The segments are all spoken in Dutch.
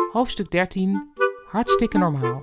Hoofdstuk 13. Hartstikke normaal.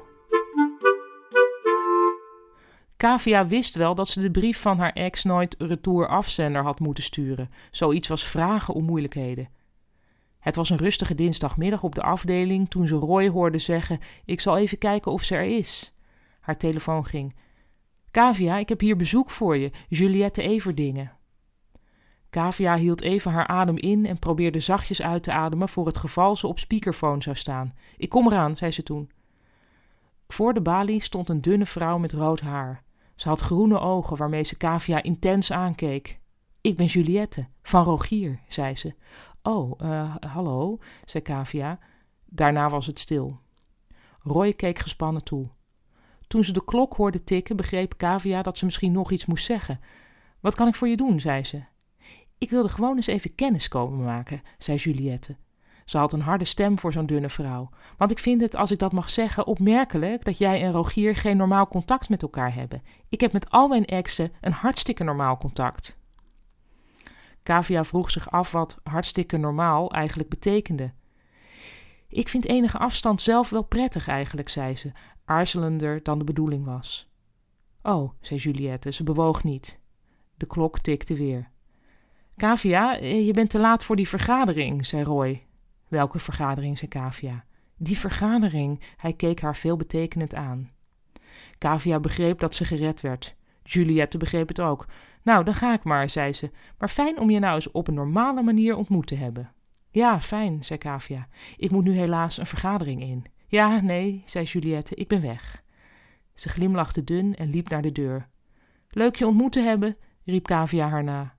Kavia wist wel dat ze de brief van haar ex nooit retour afzender had moeten sturen. Zoiets was vragen om moeilijkheden. Het was een rustige dinsdagmiddag op de afdeling toen ze Roy hoorde zeggen: ik zal even kijken of ze er is. Haar telefoon ging. Kavia, ik heb hier bezoek voor je, Juliette Everdingen. Kavia hield even haar adem in en probeerde zachtjes uit te ademen voor het geval ze op speakerphone zou staan. Ik kom eraan, zei ze toen. Voor de balie stond een dunne vrouw met rood haar. Ze had groene ogen waarmee ze Kavia intens aankeek. Ik ben Juliette, van Rogier, zei ze. Oh, hallo, zei Kavia. Daarna was het stil. Roy keek gespannen toe. Toen ze de klok hoorde tikken, begreep Kavia dat ze misschien nog iets moest zeggen. Wat kan ik voor je doen, zei ze. Ik wilde gewoon eens even kennis komen maken, zei Juliette. Ze had een harde stem voor zo'n dunne vrouw. Want ik vind het, als ik dat mag zeggen, opmerkelijk dat jij en Rogier geen normaal contact met elkaar hebben. Ik heb met al mijn exen een hartstikke normaal contact. Kavia vroeg zich af wat hartstikke normaal eigenlijk betekende. Ik vind enige afstand zelf wel prettig eigenlijk, zei ze, aarzelender dan de bedoeling was. Oh, zei Juliette, ze bewoog niet. De klok tikte weer. Kavia, je bent te laat voor die vergadering, zei Roy. Welke vergadering, zei Kavia. Die vergadering, hij keek haar veelbetekenend aan. Kavia begreep dat ze gered werd. Juliette begreep het ook. Nou, dan ga ik maar, zei ze. Maar fijn om je nou eens op een normale manier ontmoet te hebben. Ja, fijn, zei Kavia. Ik moet nu helaas een vergadering in. Ja, nee, zei Juliette, ik ben weg. Ze glimlachte dun en liep naar de deur. Leuk je ontmoet te hebben, riep Kavia haar na.